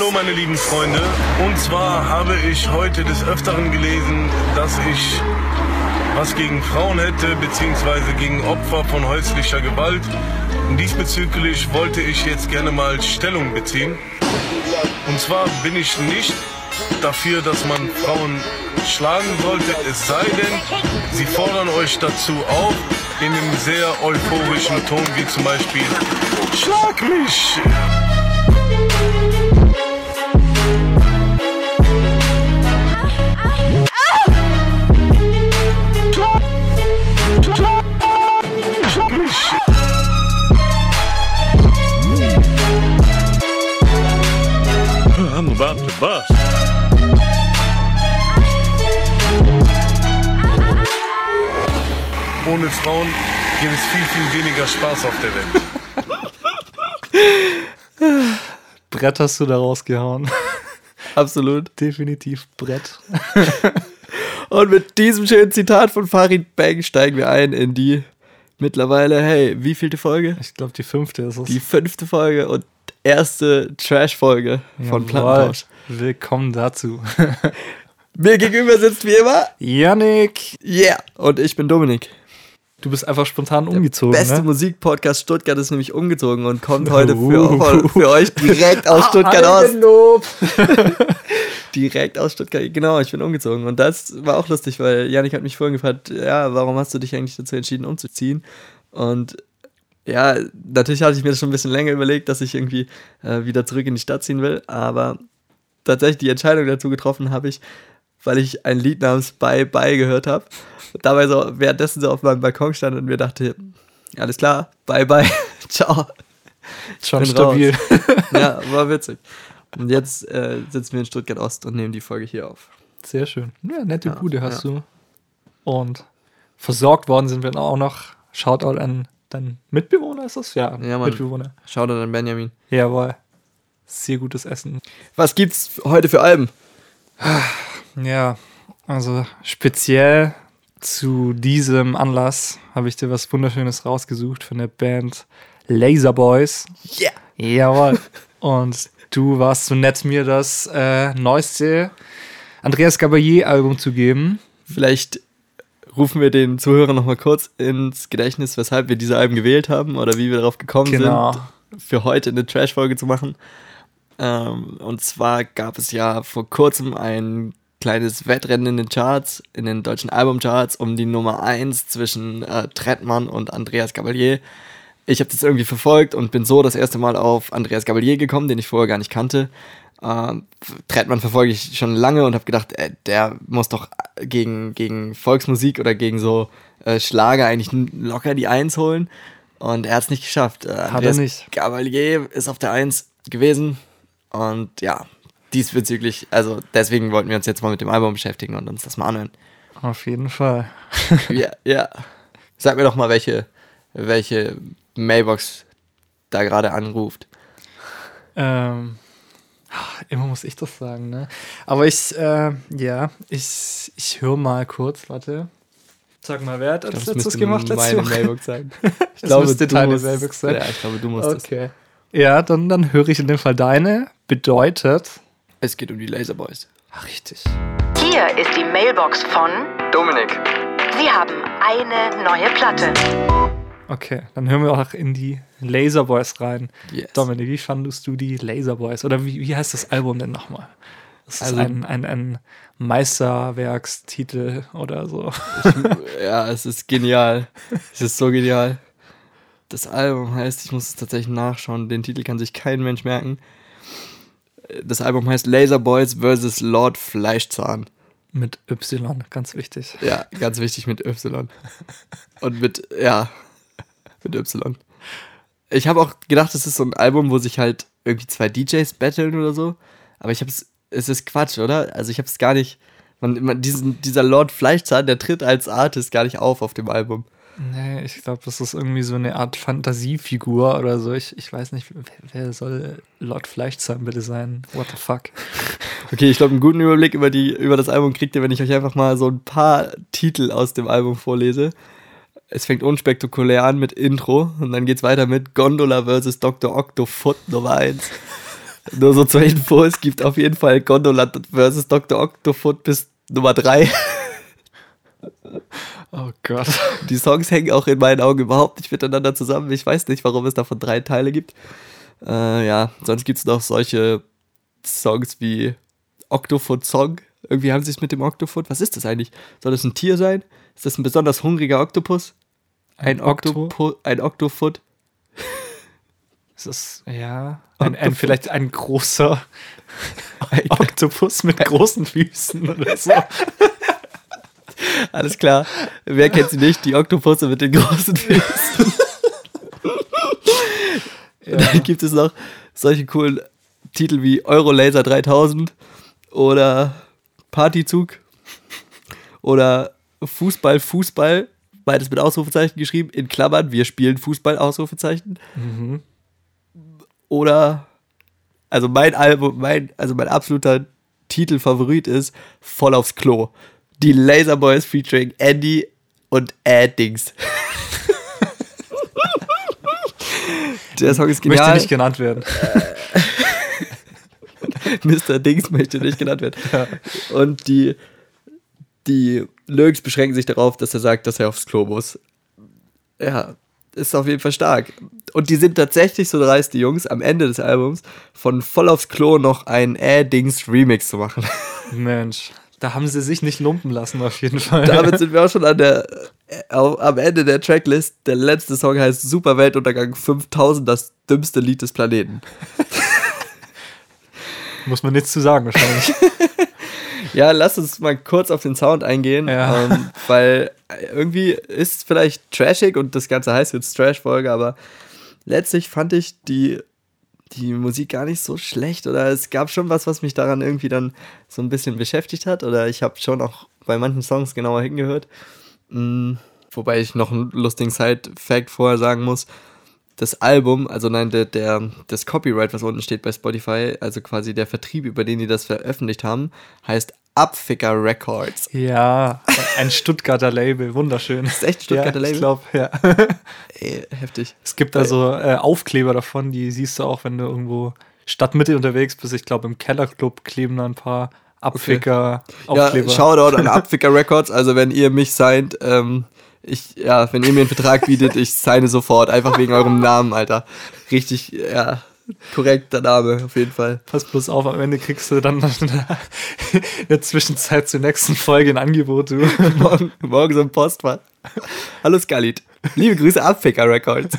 Hallo meine lieben Freunde, und zwar habe ich heute des Öfteren gelesen, dass ich was gegen Frauen hätte, beziehungsweise gegen Opfer von häuslicher Gewalt. Und diesbezüglich wollte ich jetzt gerne mal Stellung beziehen. Und zwar bin ich nicht dafür, dass man Frauen schlagen sollte, es sei denn, sie fordern euch dazu auf, in einem sehr euphorischen Ton, wie zum Beispiel Schlag mich! Schlag mich! I'm about to bust. Ohne Frauen gibt es viel, viel weniger Spaß auf der Welt. Brett hast du da rausgehauen. Absolut. Definitiv Brett. Und mit diesem schönen Zitat von Farid Bang steigen wir ein in die mittlerweile, wie vielte Folge? Ich glaube, die 5. ist es. Die 5. Folge und erste Trash-Folge von Plattentausch. Willkommen dazu. Mir gegenüber sitzt wie immer Yannick. Yeah. Und ich bin Dominik. Du bist einfach spontan umgezogen, Der beste Musikpodcast Stuttgart ist nämlich umgezogen und kommt heute für euch direkt aus Stuttgart Ost. Direkt aus Stuttgart. Genau, ich bin umgezogen. Und das war auch lustig, weil Yannick hat mich vorhin gefragt, ja, warum hast du dich eigentlich dazu entschieden, umzuziehen? Und ja, natürlich hatte ich mir das schon ein bisschen länger überlegt, dass ich irgendwie wieder zurück in die Stadt ziehen will. Aber tatsächlich die Entscheidung dazu getroffen habe ich, weil ich ein Lied namens Bye Bye gehört habe. Und dabei so währenddessen so auf meinem Balkon stand und mir dachte, alles klar, bye bye, ciao. Schon stabil. Ja, war witzig. Und jetzt sitzen wir in Stuttgart Ost und nehmen die Folge hier auf. Sehr schön. Ja, nette Bude hast du. Und versorgt worden sind wir auch noch. Shoutout an deinen Mitbewohner, ist das? Ja, Mann. Mitbewohner. Shoutout an Benjamin. Jawohl. Sehr gutes Essen. Was gibt's heute für Alben? Ja, also speziell zu diesem Anlass habe ich dir was Wunderschönes rausgesucht von der Band Laser Boys. Yeah! Jawohl. Und du warst so nett, mir das neueste Andreas Gabalier-Album zu geben. Vielleicht rufen wir den Zuhörern nochmal kurz ins Gedächtnis, weshalb wir diese Alben gewählt haben oder wie wir darauf gekommen sind, für heute eine Trash-Folge zu machen. Und zwar gab es ja vor kurzem ein kleines Wettrennen in den Charts, in den deutschen Albumcharts, um die Nummer 1 zwischen Trettmann und Andreas Gabalier. Ich habe das irgendwie verfolgt und bin so das erste Mal auf Andreas Gabalier gekommen, den ich vorher gar nicht kannte. Trettmann verfolge ich schon lange und habe gedacht, der muss doch gegen Volksmusik oder gegen so Schlager eigentlich locker die 1 holen. Und er hat es nicht geschafft. Hat er nicht. Gabalier ist auf der 1 gewesen und ja, diesbezüglich, also deswegen wollten wir uns jetzt mal mit dem Album beschäftigen und uns das mal anhören. Auf jeden Fall. Ja. Sag mir doch mal, welche Mailbox da gerade anruft. Immer muss ich das sagen, ne? Aber ich höre mal kurz, warte. Sag mal, wer hat das letztes gemacht? Meine Mailbox sein. Ich glaube, deine Mailbox sein. Ja, ich glaube, du musst es. Okay. Ja, dann höre ich in dem Fall deine. Bedeutet... Es geht um die Laser Boys. Ach, richtig. Hier ist die Mailbox von Dominik. Sie haben eine neue Platte. Okay, dann hören wir auch in die Laser Boys rein. Yes. Dominik, wie fandest du die Laser Boys? Oder wie heißt das Album denn nochmal? Das ist ein Meisterwerkstitel oder so. Es ist genial. Es ist so genial. Das Album heißt, ich muss es tatsächlich nachschauen, den Titel kann sich kein Mensch merken. Das Album heißt Laser Boys vs. Lord Fleischzahn. Mit Y, ganz wichtig. Ja, ganz wichtig mit Y. Und mit Y. Ich habe auch gedacht, es ist so ein Album, wo sich halt irgendwie 2 DJs battlen oder so. Aber es ist Quatsch, oder? Also ich habe es gar nicht, dieser Lord Fleischzahn, der tritt als Artist gar nicht auf dem Album. Nee, ich glaube, das ist irgendwie so eine Art Fantasiefigur oder so. Ich weiß nicht, wer soll Lord Fleischzahn bitte sein? What the fuck? Okay, ich glaube, einen guten Überblick über das Album kriegt ihr, wenn ich euch einfach mal so ein paar Titel aus dem Album vorlese. Es fängt unspektakulär an mit Intro und dann geht's weiter mit Gondola vs. Dr. Octofoot Nummer 1. Nur so zur Info, es gibt auf jeden Fall Gondola vs. Dr. Octofoot bis Nummer 3. Oh Gott. Die Songs hängen auch in meinen Augen überhaupt nicht miteinander zusammen. Ich weiß nicht, warum es davon 3 Teile gibt. Sonst gibt es noch solche Songs wie Octofoot Song. Irgendwie haben sie es mit dem Octofoot. Was ist das eigentlich? Soll das ein Tier sein? Ist das ein besonders hungriger Oktopus? Ein Octofoot? Ist das, vielleicht ein großer Oktopus mit großen Füßen oder so. Alles klar. Wer kennt sie nicht? Die Oktopusse mit den großen Füßen. Ja. Dann gibt es noch solche coolen Titel wie Eurolaser 3000 oder Partyzug oder Fußball, beides mit Ausrufezeichen geschrieben, in Klammern, wir spielen Fußball, Ausrufezeichen. Mhm. Oder, also mein absoluter Titelfavorit ist Voll aufs Klo. Die Laser Boys featuring Andy und Dings. Der Song ist genial. Möchte nicht genannt werden. Mr. Dings möchte nicht genannt werden. Ja. Und die Lyrics beschränken sich darauf, dass er sagt, dass er aufs Klo muss. Ja, ist auf jeden Fall stark. Und die sind tatsächlich so dreist, die Jungs, am Ende des Albums von Voll aufs Klo noch einen Dings Remix zu machen. Mensch, da haben sie sich nicht lumpen lassen, auf jeden Fall. Damit sind wir auch schon am Ende der Tracklist. Der letzte Song heißt Super Weltuntergang 5000, das dümmste Lied des Planeten. Muss man nichts zu sagen, wahrscheinlich. Ja, lass uns mal kurz auf den Sound eingehen, weil irgendwie ist es vielleicht trashig und das Ganze heißt jetzt Trash-Folge, aber letztlich fand ich die Musik gar nicht so schlecht oder es gab schon was mich daran irgendwie dann so ein bisschen beschäftigt hat oder ich habe schon auch bei manchen Songs genauer hingehört, wobei ich noch einen lustigen Side-Fact vorher sagen muss. Das Album, das Copyright, was unten steht bei Spotify, also quasi der Vertrieb, über den die das veröffentlicht haben, heißt Abficker Records. Ja, ein Stuttgarter Label, wunderschön. Das ist echt ein Stuttgarter Label? Ich glaube, ja. Ey, heftig. Es gibt also Aufkleber davon, die siehst du auch, wenn du irgendwo Stadtmitte unterwegs bist. Ich glaube, im Kellerclub kleben da ein paar Abficker-Aufkleber. Ja, Shoutout an Abficker Records, also wenn ihr mich signed, wenn ihr mir einen Vertrag bietet, ich signe sofort, einfach wegen eurem Namen, Alter. Richtig, ja, korrekter Name, auf jeden Fall. Pass bloß auf, am Ende kriegst du dann in der Zwischenzeit zur nächsten Folge ein Angebot, du. Morgen so ein Postfach. Hallo Skalit, liebe Grüße Abficker Records.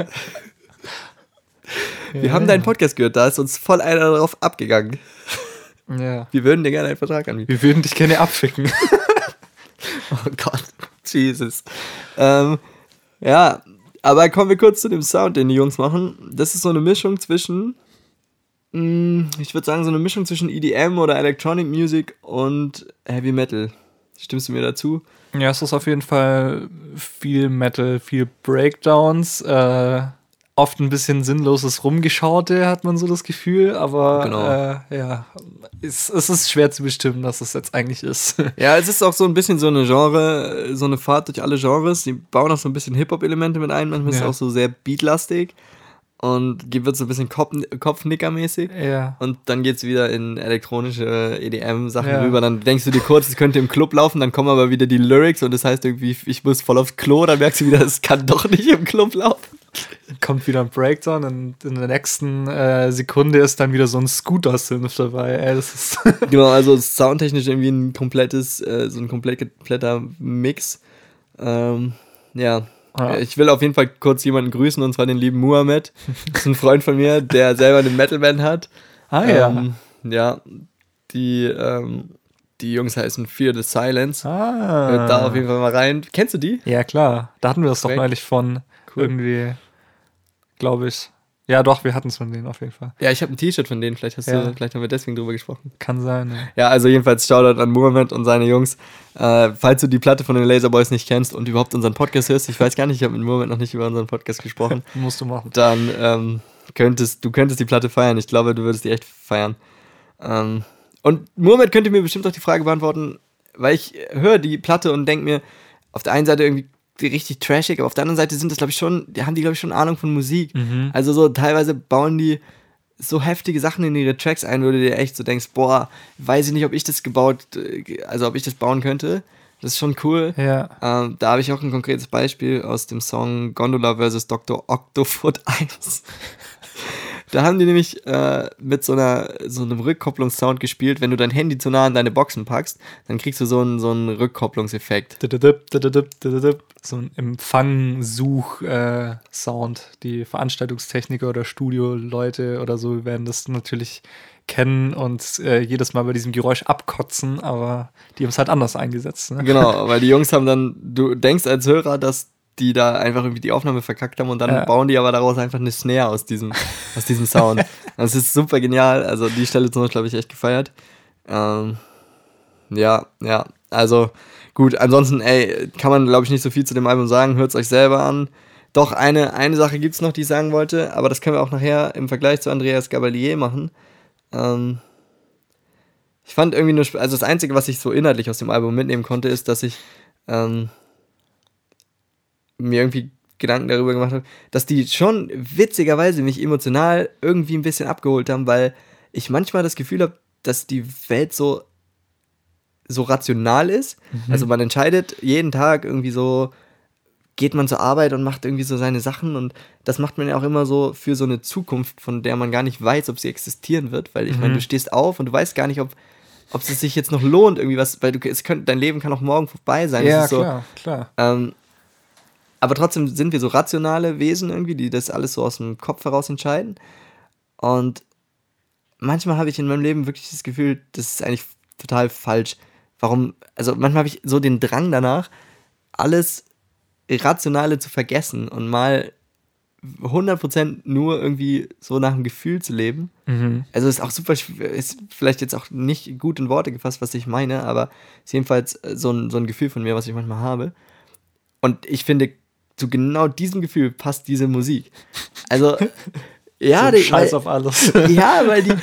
Wir haben deinen Podcast gehört, da ist uns voll einer darauf abgegangen. Ja. Wir würden dir gerne einen Vertrag anbieten. Wir würden dich gerne abficken. Oh Gott. Jesus. Ja, aber kommen wir kurz zu dem Sound, den die Jungs machen. Das ist so eine Mischung zwischen, ich würde sagen, so eine Mischung zwischen EDM oder Electronic Music und Heavy Metal. Stimmst du mir dazu? Ja, es ist auf jeden Fall viel Metal, viel Breakdowns, oft ein bisschen sinnloses Rumgeschaute, hat man so das Gefühl, aber genau. Es ist schwer zu bestimmen, was es jetzt eigentlich ist. Ja, es ist auch so ein bisschen so eine Fahrt durch alle Genres. Die bauen auch so ein bisschen Hip-Hop-Elemente mit ein, manchmal ist es auch so sehr beatlastig und wird so ein bisschen Kopfnicker-mäßig. Ja. Und dann geht's wieder in elektronische EDM-Sachen rüber. Dann denkst du dir kurz, es könnte im Club laufen, dann kommen aber wieder die Lyrics und das heißt irgendwie, ich muss voll aufs Klo, dann merkst du wieder, es kann doch nicht im Club laufen. Kommt wieder ein Breakdown und in der nächsten Sekunde ist dann wieder so ein Scooter-Synth dabei. Das ist genau, also soundtechnisch irgendwie ein kompletter Mix. Ich will auf jeden Fall kurz jemanden grüßen, und zwar den lieben Muhammad. Das ist ein Freund von mir, der selber eine Metal-Band hat. Die Jungs heißen Fear the Silence. Da auf jeden Fall mal rein. Kennst du die? Ja, klar. Da hatten wir das doch neulich von irgendwie, glaube ich. Ja, doch, wir hatten es von denen auf jeden Fall. Ja, ich habe ein T-Shirt von denen. Vielleicht haben wir deswegen drüber gesprochen. Kann sein, ja. Ja, also jedenfalls Shoutout an Muhammad und seine Jungs. Falls du die Platte von den Laser Boys nicht kennst und überhaupt unseren Podcast hörst, ich weiß gar nicht, ich habe mit Muhammad noch nicht über unseren Podcast gesprochen. Musst du machen. Dann könntest du die Platte feiern. Ich glaube, du würdest die echt feiern. Und Muhammad könnte mir bestimmt auch die Frage beantworten, weil ich höre die Platte und denke mir, auf der einen Seite irgendwie richtig trashig, aber auf der anderen Seite sind das, haben die, glaube ich, schon Ahnung von Musik. Mhm. Also so teilweise bauen die so heftige Sachen in ihre Tracks ein, wo du dir echt so denkst, boah, weiß ich nicht, ob ich das bauen könnte. Das ist schon cool. Ja. Da habe ich auch ein konkretes Beispiel aus dem Song Gondola vs. Dr. Octofoot 1. Da haben die nämlich mit so einem Rückkopplungssound gespielt. Wenn du dein Handy zu nah an deine Boxen packst, dann kriegst du so einen Rückkopplungseffekt. So ein Empfang-Such-Sound. Die Veranstaltungstechniker oder Studioleute oder so werden das natürlich kennen und jedes Mal bei diesem Geräusch abkotzen, aber die haben es halt anders eingesetzt. Ne? Genau, weil die Jungs haben dann, du denkst als Hörer, dass die da einfach irgendwie die Aufnahme verkackt haben und dann bauen die aber daraus einfach eine Snare aus diesem Sound. Das ist super genial, also die Stelle zum Beispiel habe ich echt gefeiert. Ja, also gut, ansonsten, kann man glaube ich nicht so viel zu dem Album sagen, hört es euch selber an. Doch, eine Sache gibt es noch, die ich sagen wollte, aber das können wir auch nachher im Vergleich zu Andreas Gabalier machen. Ich fand irgendwie nur, also das Einzige, was ich so inhaltlich aus dem Album mitnehmen konnte, ist, dass ich mir irgendwie Gedanken darüber gemacht habe, dass die schon witzigerweise mich emotional irgendwie ein bisschen abgeholt haben, weil ich manchmal das Gefühl habe, dass die Welt so rational ist. Also man entscheidet jeden Tag irgendwie so, geht man zur Arbeit und macht irgendwie so seine Sachen und das macht man ja auch immer so für so eine Zukunft, von der man gar nicht weiß, ob sie existieren wird, weil ich meine, du stehst auf und du weißt gar nicht, ob es sich jetzt noch lohnt, irgendwie was, weil dein Leben kann auch morgen vorbei sein. Ja, das ist klar. Aber trotzdem sind wir so rationale Wesen irgendwie, die das alles so aus dem Kopf heraus entscheiden. Und manchmal habe ich in meinem Leben wirklich das Gefühl, das ist eigentlich total falsch. Warum? Also manchmal habe ich so den Drang danach, alles Rationale zu vergessen und mal 100% nur irgendwie so nach dem Gefühl zu leben. Also ist auch super, ist vielleicht jetzt auch nicht gut in Worte gefasst, was ich meine, aber ist jedenfalls so ein Gefühl von mir, was ich manchmal habe. Und ich finde, zu genau diesem Gefühl passt diese Musik. Also, ja, so Scheiß auf alles. Ja, weil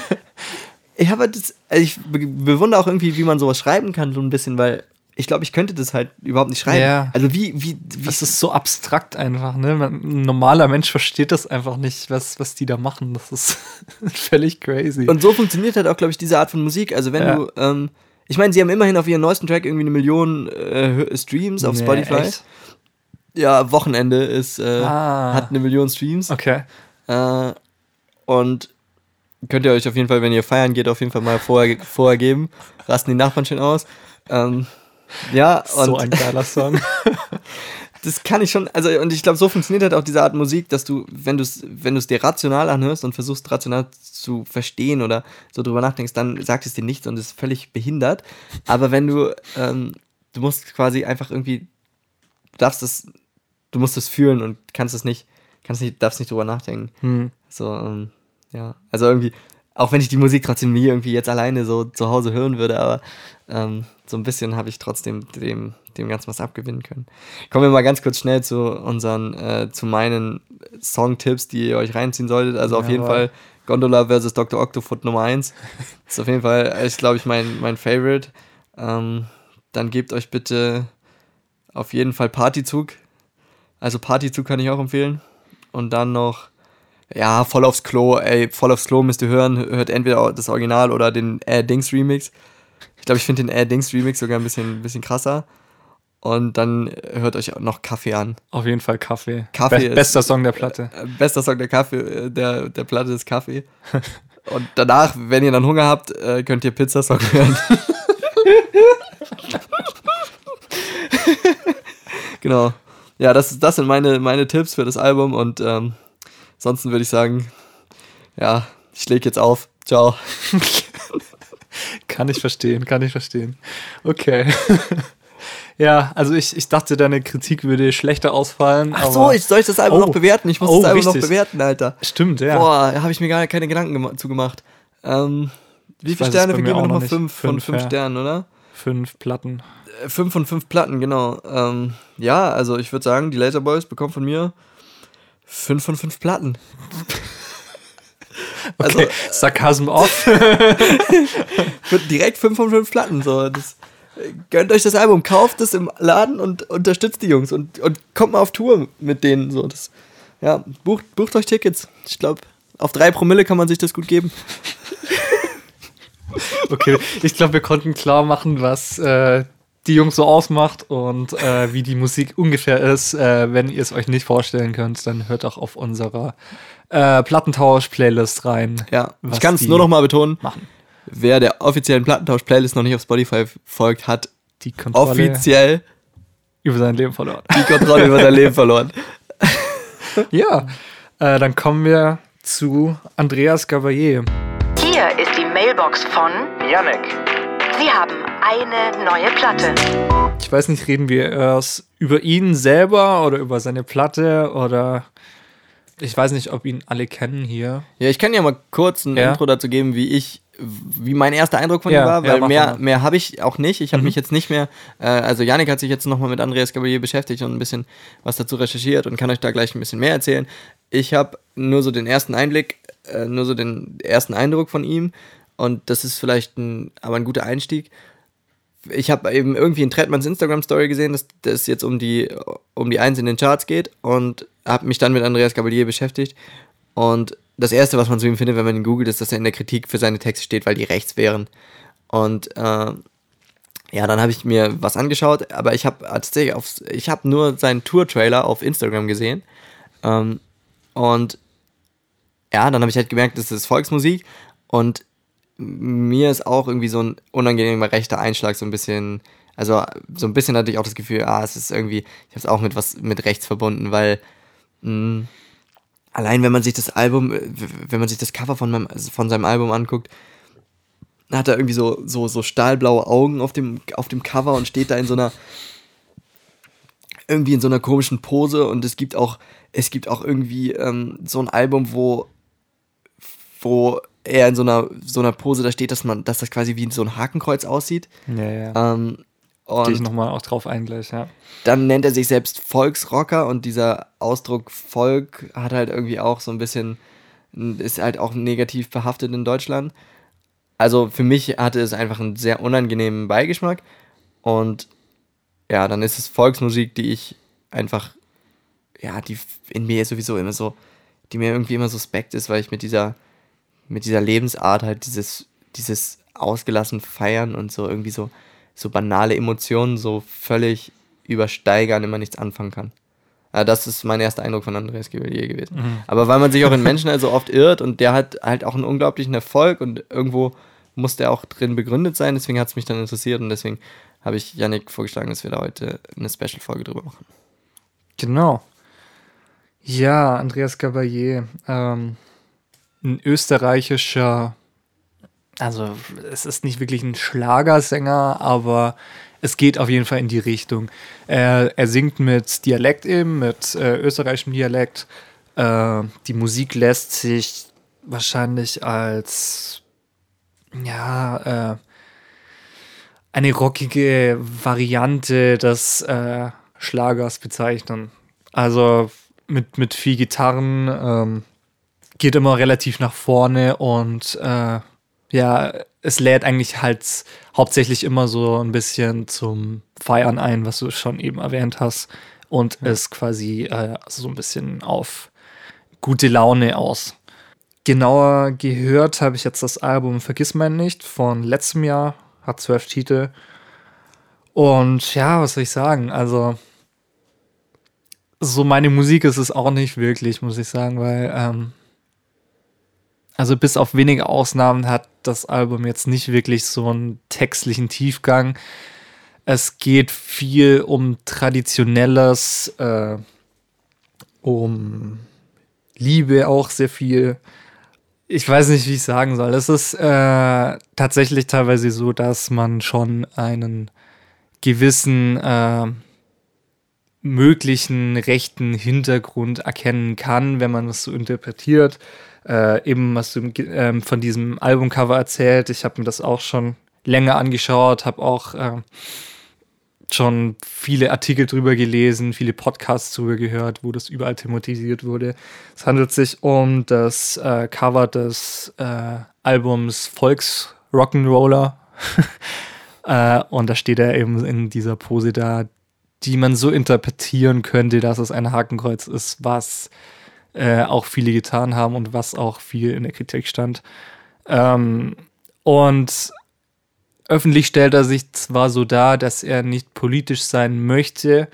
ich bewundere auch irgendwie, wie man sowas schreiben kann, so ein bisschen, weil ich glaube, ich könnte das halt überhaupt nicht schreiben. Ja. Also wie das ist so abstrakt einfach, ne? Ein normaler Mensch versteht das einfach nicht, was die da machen. Das ist völlig crazy. Und so funktioniert halt auch, glaube ich, diese Art von Musik. Also wenn du, ich meine, sie haben immerhin auf ihren neuesten Track irgendwie 1 Million Streams auf Spotify. Echt? Ja, Wochenende hat 1 Million Streams. Okay. Und könnt ihr euch auf jeden Fall, wenn ihr feiern geht, auf jeden Fall mal vorher geben. Rasten die Nachbarn schön aus. Ja, und so ein geiler Song. Das kann ich schon, also und ich glaube, so funktioniert halt auch diese Art Musik, dass du, wenn du es dir rational anhörst und versuchst rational zu verstehen oder so drüber nachdenkst, dann sagt es dir nichts und ist völlig behindert. Aber wenn du musst quasi einfach irgendwie, du musst es fühlen und darfst nicht drüber nachdenken. So, ja, also irgendwie, auch wenn ich die Musik trotzdem nie irgendwie jetzt alleine so zu Hause hören würde, aber so ein bisschen habe ich trotzdem dem Ganzen was abgewinnen können. Kommen wir mal ganz kurz schnell zu meinen Songtipps, die ihr euch reinziehen solltet. Also auf jeden Fall Gondola vs. Dr. Octofoot Nummer 1. Das ist auf jeden Fall, glaube ich, mein Favorite. Dann gebt euch bitte auf jeden Fall Partyzug. Also Partyzug kann ich auch empfehlen. Und dann noch, ja, Voll aufs Klo. Voll aufs Klo müsst ihr hören. Hört entweder das Original oder den Dings Remix. Ich glaube, ich finde den Dings Remix sogar ein bisschen krasser. Und dann hört euch noch Kaffee an. Auf jeden Fall Kaffee. Bester Song der Platte. Bester Song der Platte ist Kaffee. Und danach, wenn ihr dann Hunger habt, könnt ihr Pizzasong hören. Genau. Ja, das sind meine Tipps für das Album und ansonsten würde ich sagen, ja, ich lege jetzt auf. Ciao. Kann ich verstehen. Okay. Ja, also ich dachte, deine Kritik würde schlechter ausfallen. Ach so, soll ich das Album noch bewerten? Ich muss das Album noch bewerten, Alter. Stimmt, ja. Boah, da habe ich mir gar keine Gedanken zugemacht. Wie viele Sterne vergeben wir nochmal? 5 von 5 Sternen, oder? 5 Platten. 5 von 5 Platten, genau. Ja, also ich würde sagen, die Laserboys bekommen von mir 5 von 5 Platten. Okay, also, Sarkasm off. Direkt 5 von 5 Platten. So. Gönnt euch das Album, kauft es im Laden und unterstützt die Jungs und kommt mal auf Tour mit denen. So. Ja, bucht euch Tickets. Ich glaube, Auf 3 Promille kann man sich das gut geben. Okay, ich glaube, wir konnten klar machen, was die Jungs so ausmacht und wie die Musik ungefähr ist. Wenn ihr es euch nicht vorstellen könnt, dann hört auch auf unserer Plattentausch-Playlist rein. Ja, ich kann es nur noch mal betonen. Machen. Wer der offiziellen Plattentausch-Playlist noch nicht auf Spotify folgt, hat die Kontrolle offiziell über sein Leben verloren. Die Kontrolle über sein Leben verloren. Ja, dann kommen wir zu Andreas Gabalier. Hier ist die Mailbox von Yannick. Sie haben eine neue Platte. Ich weiß nicht, reden wir erst über ihn selber oder über seine Platte oder ich weiß nicht, ob ihn alle kennen hier. Ja, ich kann ja mal kurz ein Intro dazu geben, wie mein erster Eindruck von ihm war, weil mehr habe ich auch nicht. Ich habe mich jetzt nicht mehr, also Yannick hat sich jetzt nochmal mit Andreas Gabalier beschäftigt und ein bisschen was dazu recherchiert und kann euch da gleich ein bisschen mehr erzählen. Ich habe nur so den ersten Einblick, nur so den ersten Eindruck von ihm und das ist vielleicht aber ein guter Einstieg. Ich habe eben irgendwie in Trettmanns Instagram-Story gesehen, dass es jetzt um die 1 in den Charts geht und habe mich dann mit Andreas Gabalier beschäftigt und das Erste, was man zu ihm findet, wenn man ihn googelt, ist, dass er in der Kritik für seine Texte steht, weil die rechts wären. Und dann habe ich mir was angeschaut, aber ich habe nur seinen Tour-Trailer auf Instagram gesehen. Und dann habe ich halt gemerkt, das ist Volksmusik und mir ist auch irgendwie so ein unangenehmer rechter Einschlag so ein bisschen, also so ein bisschen hatte ich auch das Gefühl, es ist irgendwie, ich habe es auch mit rechts verbunden, weil allein wenn man sich das Cover von seinem Album anguckt, hat er irgendwie so stahlblaue Augen auf dem Cover und steht da in so einer komischen Pose und es gibt auch irgendwie so ein Album, wo er in so einer Pose da steht, dass das quasi wie so ein Hakenkreuz aussieht. Ja. Gehe ich nochmal auch drauf ein gleich, ja. Dann nennt er sich selbst Volksrocker und dieser Ausdruck Volk hat halt irgendwie auch so ein bisschen, ist halt auch negativ behaftet in Deutschland. Also für mich hatte es einfach einen sehr unangenehmen Beigeschmack und ja, dann ist es Volksmusik, die ich einfach, die in mir sowieso immer so, die mir irgendwie immer suspekt ist, weil ich mit dieser Lebensart halt dieses ausgelassen feiern und so irgendwie so banale Emotionen so völlig übersteigern, immer nichts anfangen kann. Ja, das ist mein erster Eindruck von Andreas Gabalier gewesen. Mhm. Aber weil man sich auch in Menschen also oft irrt und der hat halt auch einen unglaublichen Erfolg und irgendwo muss der auch drin begründet sein, deswegen hat es mich dann interessiert und deswegen habe ich Yannick vorgeschlagen, dass wir da heute eine Special-Folge drüber machen. Genau. Ja, Andreas Gabalier, ein österreichischer, also es ist nicht wirklich ein Schlagersänger, aber es geht auf jeden Fall in die Richtung. Er singt mit Dialekt eben, mit österreichischem Dialekt. Die Musik lässt sich wahrscheinlich als eine rockige Variante des Schlagers bezeichnen. Also mit viel Gitarren, geht immer relativ nach vorne und es lädt eigentlich halt hauptsächlich immer so ein bisschen zum Feiern ein, was du schon eben erwähnt hast und es quasi so ein bisschen auf gute Laune aus. Genauer gehört habe ich jetzt das Album Vergissmeinnicht von letztem Jahr, hat 12 Titel und ja, was soll ich sagen, also so meine Musik ist es auch nicht wirklich, muss ich sagen, weil also bis auf wenige Ausnahmen hat das Album jetzt nicht wirklich so einen textlichen Tiefgang. Es geht viel um Traditionelles, um Liebe auch sehr viel. Ich weiß nicht, wie ich sagen soll. Es ist tatsächlich teilweise so, dass man schon einen gewissen möglichen rechten Hintergrund erkennen kann, wenn man das so interpretiert. Eben hast du von diesem Albumcover erzählt. Ich habe mir das auch schon länger angeschaut, habe auch schon viele Artikel drüber gelesen, viele Podcasts drüber gehört, wo das überall thematisiert wurde. Es handelt sich um das Cover des Albums Volks Rock'n'Roller. Und da steht er eben in dieser Pose da, die man so interpretieren könnte, dass es ein Hakenkreuz ist, was auch viele getan haben und was auch viel in der Kritik stand. Und öffentlich stellt er sich zwar so dar, dass er nicht politisch sein möchte,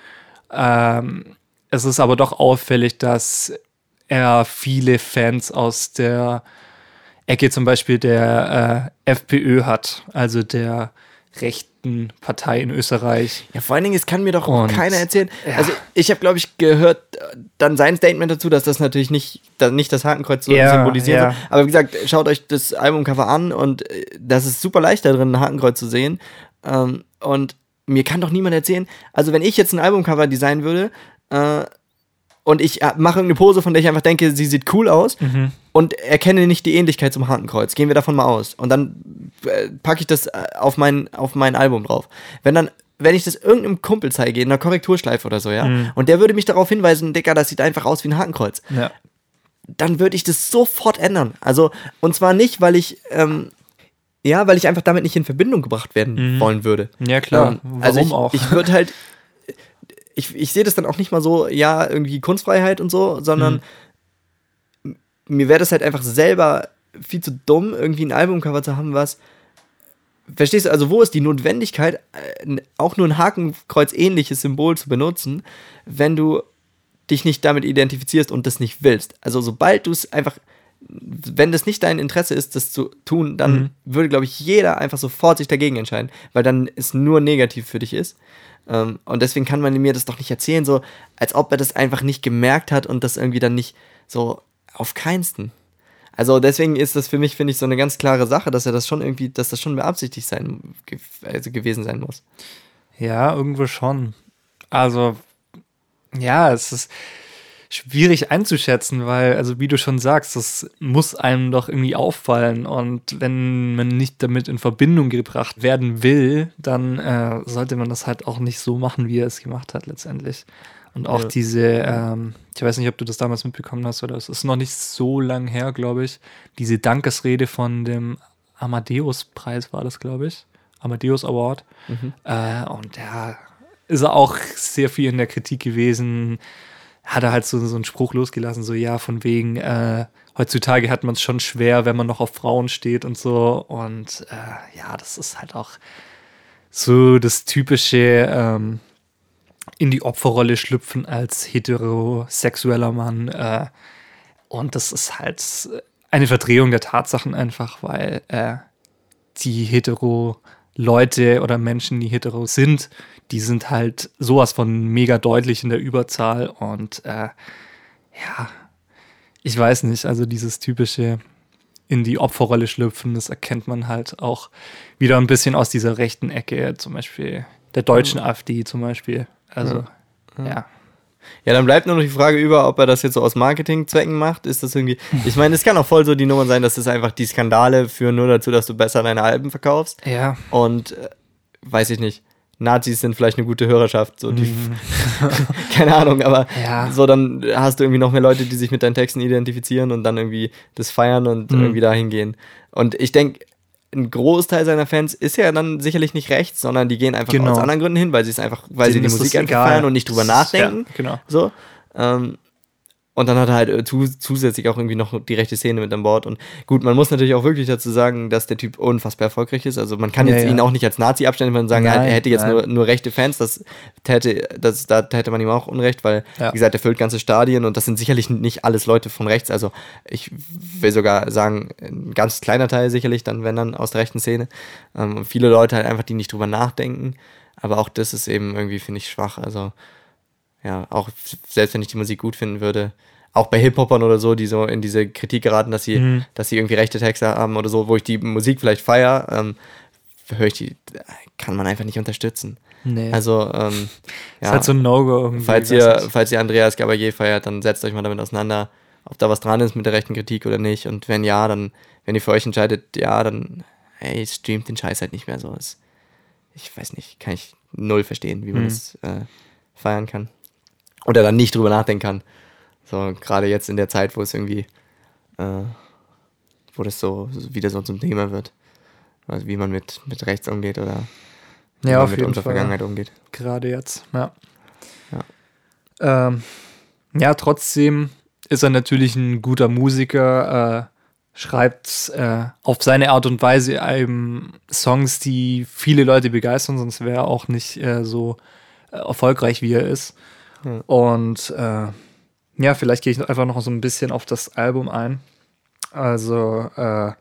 es ist aber doch auffällig, dass er viele Fans aus der Ecke zum Beispiel der FPÖ hat, also der rechten Partei in Österreich. Ja, vor allen Dingen, es kann mir doch keiner erzählen. Ja. Also ich habe, glaube ich, gehört dann sein Statement dazu, dass das natürlich nicht das Hakenkreuz so symbolisiert. Ja. Aber wie gesagt, schaut euch das Albumcover an und das ist super leicht da drin, ein Hakenkreuz zu sehen. Und mir kann doch niemand erzählen, also wenn ich jetzt ein Albumcover designen würde und ich mache irgendeine Pose, von der ich einfach denke, sie sieht cool aus und erkenne nicht die Ähnlichkeit zum Hakenkreuz. Gehen wir davon mal aus. Und dann packe ich das auf mein Album drauf. Wenn ich das irgendeinem Kumpel zeige, in einer Korrekturschleife oder so, ja, und der würde mich darauf hinweisen, Digga, das sieht einfach aus wie ein Hakenkreuz. Ja. Dann würde ich das sofort ändern. Also, und zwar nicht, weil ich einfach damit nicht in Verbindung gebracht werden wollen würde. Ja, klar. Warum auch? Ich würde halt ich sehe das dann auch nicht mal so, ja, irgendwie Kunstfreiheit und so, sondern mir wäre das halt einfach selber viel zu dumm, irgendwie ein Albumcover zu haben, was, verstehst du, also wo ist die Notwendigkeit, auch nur ein Hakenkreuz-ähnliches Symbol zu benutzen, wenn du dich nicht damit identifizierst und das nicht willst. Also sobald du es einfach, wenn das nicht dein Interesse ist, das zu tun, dann würde, glaube ich, jeder einfach sofort sich dagegen entscheiden, weil dann es nur negativ für dich ist. Und deswegen kann man mir das doch nicht erzählen, so als ob er das einfach nicht gemerkt hat und das irgendwie dann nicht so auf keinsten. Also deswegen ist das für mich, finde ich, so eine ganz klare Sache, dass das schon beabsichtigt gewesen sein muss. Ja, irgendwo schon. Also, ja, es ist schwierig einzuschätzen, weil, also wie du schon sagst, das muss einem doch irgendwie auffallen und wenn man nicht damit in Verbindung gebracht werden will, dann sollte man das halt auch nicht so machen, wie er es gemacht hat letztendlich. Und auch diese, ich weiß nicht, ob du das damals mitbekommen hast oder es ist noch nicht so lang her, glaube ich, diese Dankesrede von dem Amadeus-Preis war das, glaube ich, Amadeus Award. Und da ist er auch sehr viel in der Kritik gewesen, hat er halt so einen Spruch losgelassen, so ja, von wegen, heutzutage hat man es schon schwer, wenn man noch auf Frauen steht und so. Und ja, das ist halt auch so das typische in die Opferrolle schlüpfen als heterosexueller Mann. Und das ist halt eine Verdrehung der Tatsachen einfach, weil die hetero-Leute oder Menschen, die hetero sind, die sind halt sowas von mega deutlich in der Überzahl und ja, ich weiß nicht, also dieses typische in die Opferrolle schlüpfen, das erkennt man halt auch wieder ein bisschen aus dieser rechten Ecke, zum Beispiel der deutschen AfD zum Beispiel, also ja. Ja, dann bleibt nur noch die Frage über, ob er das jetzt so aus Marketingzwecken macht. Ist das irgendwie, ich meine, es kann auch voll so die Nummer sein, dass das einfach die Skandale führen nur dazu, dass du besser deine Alben verkaufst. Ja. Und weiß ich nicht, Nazis sind vielleicht eine gute Hörerschaft, so die, keine Ahnung, aber so dann hast du irgendwie noch mehr Leute, die sich mit deinen Texten identifizieren und dann irgendwie das feiern und irgendwie dahin gehen. Und ich denke, ein Großteil seiner Fans ist ja dann sicherlich nicht rechts, sondern die gehen einfach aus anderen Gründen hin, weil sie die Musik einfach feiern und nicht drüber nachdenken. Ja, genau. So. Und dann hat er halt zusätzlich auch irgendwie noch die rechte Szene mit an Bord. Und gut, man muss natürlich auch wirklich dazu sagen, dass der Typ unfassbar erfolgreich ist. Also man kann jetzt ihn auch nicht als Nazi abstellen, wenn man sagen, er hätte jetzt nur rechte Fans. Da hätte man ihm auch Unrecht, weil, wie gesagt, er füllt ganze Stadien und das sind sicherlich nicht alles Leute von rechts. Also ich will sogar sagen, ein ganz kleiner Teil sicherlich, dann wenn dann aus der rechten Szene. Viele Leute halt einfach, die nicht drüber nachdenken. Aber auch das ist eben irgendwie, finde ich, schwach. Also ja, auch selbst wenn ich die Musik gut finden würde, auch bei Hip-Hopern oder so, die so in diese Kritik geraten, dass sie irgendwie rechte Texte haben oder so, wo ich die Musik vielleicht feiere, kann man einfach nicht unterstützen. Nee. Also, ist halt so ein No-Go irgendwie. Falls ihr Andreas Gabalier feiert, dann setzt euch mal damit auseinander, ob da was dran ist mit der rechten Kritik oder nicht. Und wenn ja, dann, wenn ihr für euch entscheidet, ja, dann, hey, streamt den Scheiß halt nicht mehr so. Ich weiß nicht, kann ich null verstehen, wie man das feiern kann. Oder dann nicht drüber nachdenken kann. So, gerade jetzt in der Zeit, wo es irgendwie, wo das so wieder so zum Thema wird. Also wie man mit rechts umgeht oder wie man mit unserer Vergangenheit umgeht. Gerade jetzt, ja. Ja, trotzdem ist er natürlich ein guter Musiker, schreibt auf seine Art und Weise Songs, die viele Leute begeistern, sonst wäre er auch nicht so erfolgreich, wie er ist. Und vielleicht gehe ich einfach noch so ein bisschen auf das Album ein. Also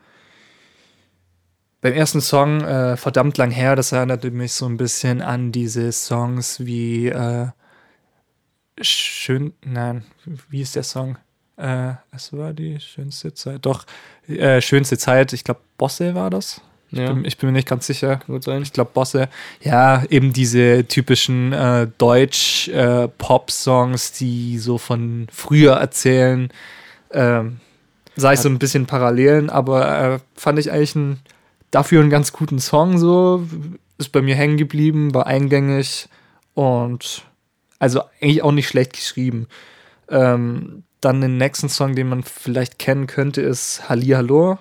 beim ersten Song, verdammt lang her, das erinnert mich so ein bisschen an diese Songs wie wie ist der Song? Es war die schönste Zeit. Doch, schönste Zeit, ich glaube Bosse war das. Ich bin mir nicht ganz sicher. Gut sein. Ich glaube Bosse. Ja, eben diese typischen Deutsch-Pop-Songs, die so von früher erzählen. Sei es so ein bisschen Parallelen, aber fand ich eigentlich dafür einen ganz guten Song so. Ist bei mir hängen geblieben, war eingängig und also eigentlich auch nicht schlecht geschrieben. Dann den nächsten Song, den man vielleicht kennen könnte, ist Hallihallo.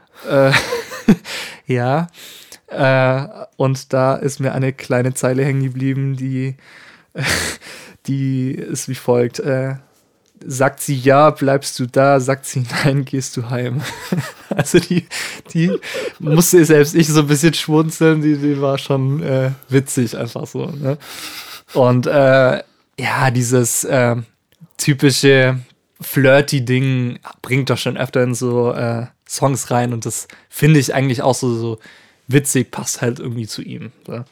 Ja. Und da ist mir eine kleine Zeile hängen geblieben, die ist wie folgt. Sagt sie ja, bleibst du da, sagt sie nein, gehst du heim. Also die musste selbst ich so ein bisschen schmunzeln, die war schon witzig einfach so. Ne? Und dieses typische flirty-Ding bringt doch schon öfter in so Songs rein und das finde ich eigentlich auch so witzig, passt halt irgendwie zu ihm. So.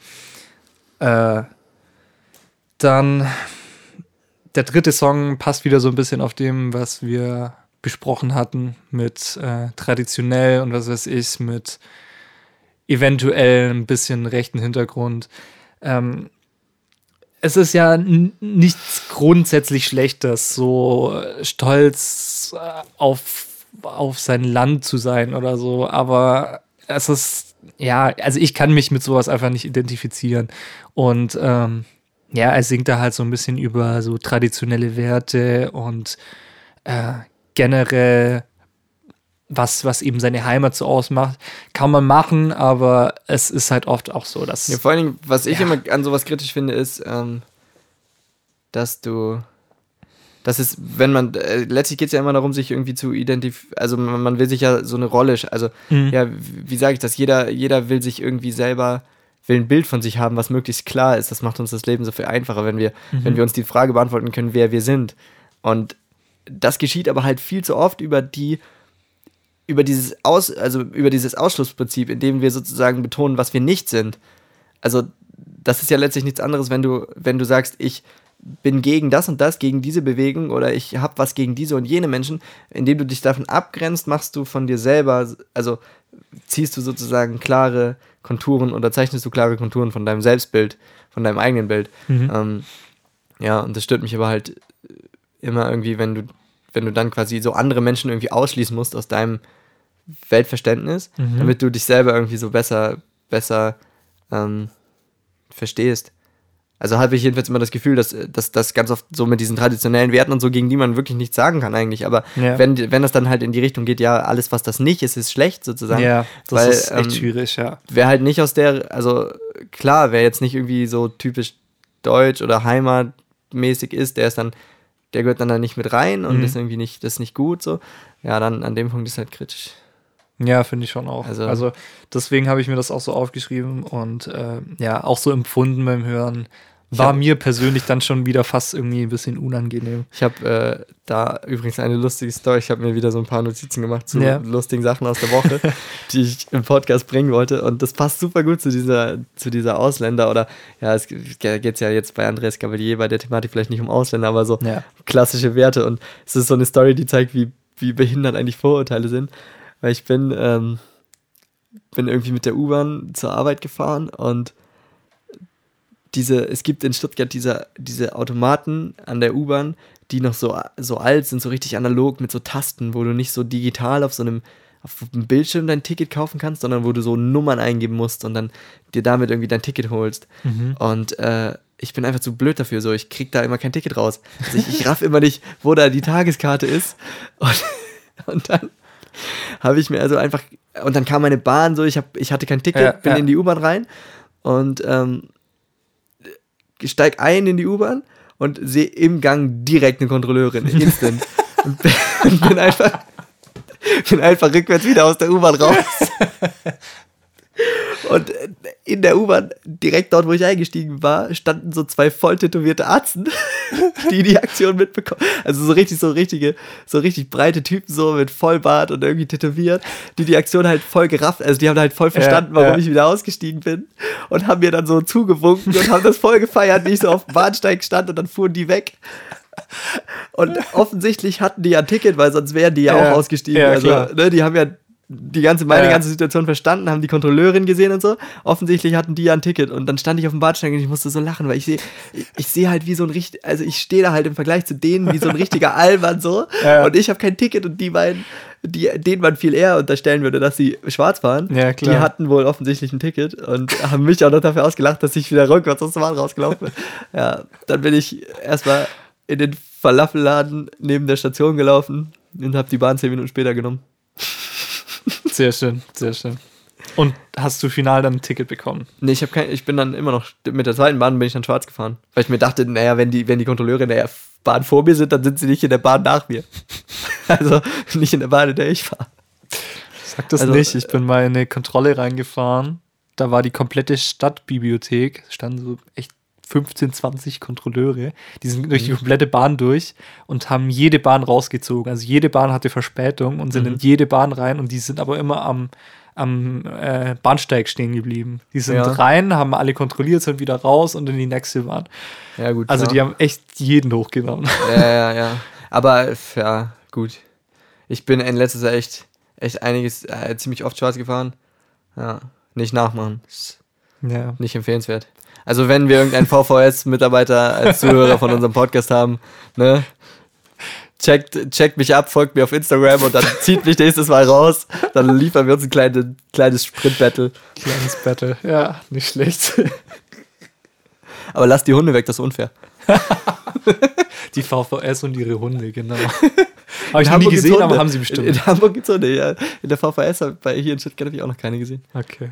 Dann der dritte Song passt wieder so ein bisschen auf dem, was wir besprochen hatten, mit traditionell und was weiß ich, mit eventuell ein bisschen rechten Hintergrund. Es ist ja nichts grundsätzlich Schlechtes, so stolz auf sein Land zu sein oder so, aber es ist, also ich kann mich mit sowas einfach nicht identifizieren und er singt da halt so ein bisschen über so traditionelle Werte und generell was eben seine Heimat so ausmacht, kann man machen, aber es ist halt oft auch so, dass... Ja, vor allen Dingen, was ich immer an sowas kritisch finde, ist, letztlich geht es ja immer darum, sich irgendwie zu identifizieren, also man will sich ja so eine Rolle, wie sage ich das, jeder will sich irgendwie selber, will ein Bild von sich haben, was möglichst klar ist, das macht uns das Leben so viel einfacher, wenn wir uns die Frage beantworten können, wer wir sind. Und das geschieht aber halt viel zu oft über dieses Ausschlussprinzip, in dem wir sozusagen betonen, was wir nicht sind. Also das ist ja letztlich nichts anderes, wenn du sagst, ich bin gegen das und das, gegen diese Bewegung oder ich habe was gegen diese und jene Menschen, indem du dich davon abgrenzt, machst du von dir selber, also ziehst du sozusagen klare Konturen oder zeichnest du klare Konturen von deinem Selbstbild, von deinem eigenen Bild. Und das stört mich aber halt immer irgendwie, wenn du dann quasi so andere Menschen irgendwie ausschließen musst aus deinem Weltverständnis, damit du dich selber irgendwie so besser verstehst. Also habe ich jedenfalls immer das Gefühl, dass das ganz oft so mit diesen traditionellen Werten und so, gegen die man wirklich nichts sagen kann eigentlich, aber wenn das dann halt in die Richtung geht, ja, alles, was das nicht ist, ist schlecht sozusagen. Ja, das ist echt schwierig, ja. Wer halt nicht also klar, wer jetzt nicht irgendwie so typisch deutsch oder heimatmäßig ist, der gehört dann da nicht mit rein und ist irgendwie nicht, das ist nicht gut so. Ja, dann an dem Punkt ist halt kritisch. Ja, finde ich schon auch. Also deswegen habe ich mir das auch so aufgeschrieben und auch so empfunden beim Hören. War mir persönlich dann schon wieder fast irgendwie ein bisschen unangenehm. Ich habe da übrigens eine lustige Story. Ich habe mir wieder so ein paar Notizen gemacht zu lustigen Sachen aus der Woche, die ich im Podcast bringen wollte. Und das passt super gut zu dieser Ausländer. Oder es geht ja jetzt bei Andreas Gabalier bei der Thematik vielleicht nicht um Ausländer, aber so klassische Werte. Und es ist so eine Story, die zeigt, wie behindert eigentlich Vorurteile sind. Weil ich bin irgendwie mit der U-Bahn zur Arbeit gefahren und es gibt in Stuttgart diese Automaten an der U-Bahn, die noch so alt sind, so richtig analog mit so Tasten, wo du nicht so digital auf einem Bildschirm dein Ticket kaufen kannst, sondern wo du so Nummern eingeben musst und dann dir damit irgendwie dein Ticket holst. Und ich bin einfach zu blöd dafür, so ich krieg da immer kein Ticket raus. Also ich raff immer nicht, wo da die Tageskarte ist. Und dann habe ich mir also einfach, und dann kam meine Bahn so, ich hatte kein Ticket, bin in die U-Bahn rein und steig ein in die U-Bahn und sehe im Gang direkt eine Kontrolleurin, instant. und bin einfach rückwärts wieder aus der U-Bahn raus. Und in der U-Bahn, direkt dort, wo ich eingestiegen war, standen so 2 voll tätowierte Atzen, die Aktion mitbekommen. Also so richtig breite Typen, so mit Vollbart und irgendwie tätowiert, die Aktion halt voll gerafft. Also die haben halt voll verstanden, warum ich wieder ausgestiegen bin und haben mir dann so zugewunken und haben das voll gefeiert, wie ich so auf dem Bahnsteig stand und dann fuhren die weg. Und offensichtlich hatten die ja ein Ticket, weil sonst wären die ja auch ausgestiegen. Ja, also, ne, die haben ja meine ganze Situation verstanden, haben die Kontrolleurin gesehen und so. Offensichtlich hatten die ja ein Ticket. Und dann stand ich auf dem Bahnsteig und ich musste so lachen, weil ich sehe halt wie so ein richtig, also ich stehe da halt im Vergleich zu denen wie so ein richtiger Allmann so. Ja. Und ich habe kein Ticket und die beiden, denen man viel eher unterstellen würde, dass sie schwarz fahren. Ja, klar. Die hatten wohl offensichtlich ein Ticket und haben mich auch noch dafür ausgelacht, dass ich wieder rückwärts aus der Bahn rausgelaufen bin. Ja, dann bin ich erstmal in den Falafelladen neben der Station gelaufen und habe die Bahn 10 Minuten später genommen. Sehr schön, sehr schön. Und hast du final dann ein Ticket bekommen? Nee, ich bin dann immer noch, mit der zweiten Bahn bin ich dann schwarz gefahren. Weil ich mir dachte, naja, wenn die Kontrolleure in der Bahn vor mir sind, dann sind sie nicht in der Bahn nach mir. Also nicht in der Bahn, in der ich fahre. Sag das nicht, ich bin mal in eine Kontrolle reingefahren. Da war die komplette Stadtbibliothek, standen so echt 15, 20 Kontrolleure, die sind durch die komplette Bahn durch und haben jede Bahn rausgezogen. Also jede Bahn hatte Verspätung und sind in jede Bahn rein und die sind aber immer am Bahnsteig stehen geblieben. Die sind rein, haben alle kontrolliert, sind wieder raus und in die nächste Bahn. Ja, gut. Also die haben echt jeden hochgenommen. Ja. Aber, ja, gut. Ich bin in letzter Zeit echt einiges, ziemlich oft schwarz gefahren. Ja, nicht nachmachen. Ja. Nicht empfehlenswert. Also wenn wir irgendeinen VVS-Mitarbeiter als Zuhörer von unserem Podcast haben, ne, checkt mich ab, folgt mir auf Instagram und dann zieht mich nächstes Mal raus. Dann liefern wir uns ein kleines Sprint-Battle. Kleines Battle, ja, nicht schlecht. Aber lasst die Hunde weg, das ist unfair. Die VVS und ihre Hunde, genau. Habe ich noch nie gesehen, aber haben sie bestimmt. In Hamburg gibt es Hunde, ja. In der VVS, hier in Stuttgart habe ich auch noch keine gesehen. Okay.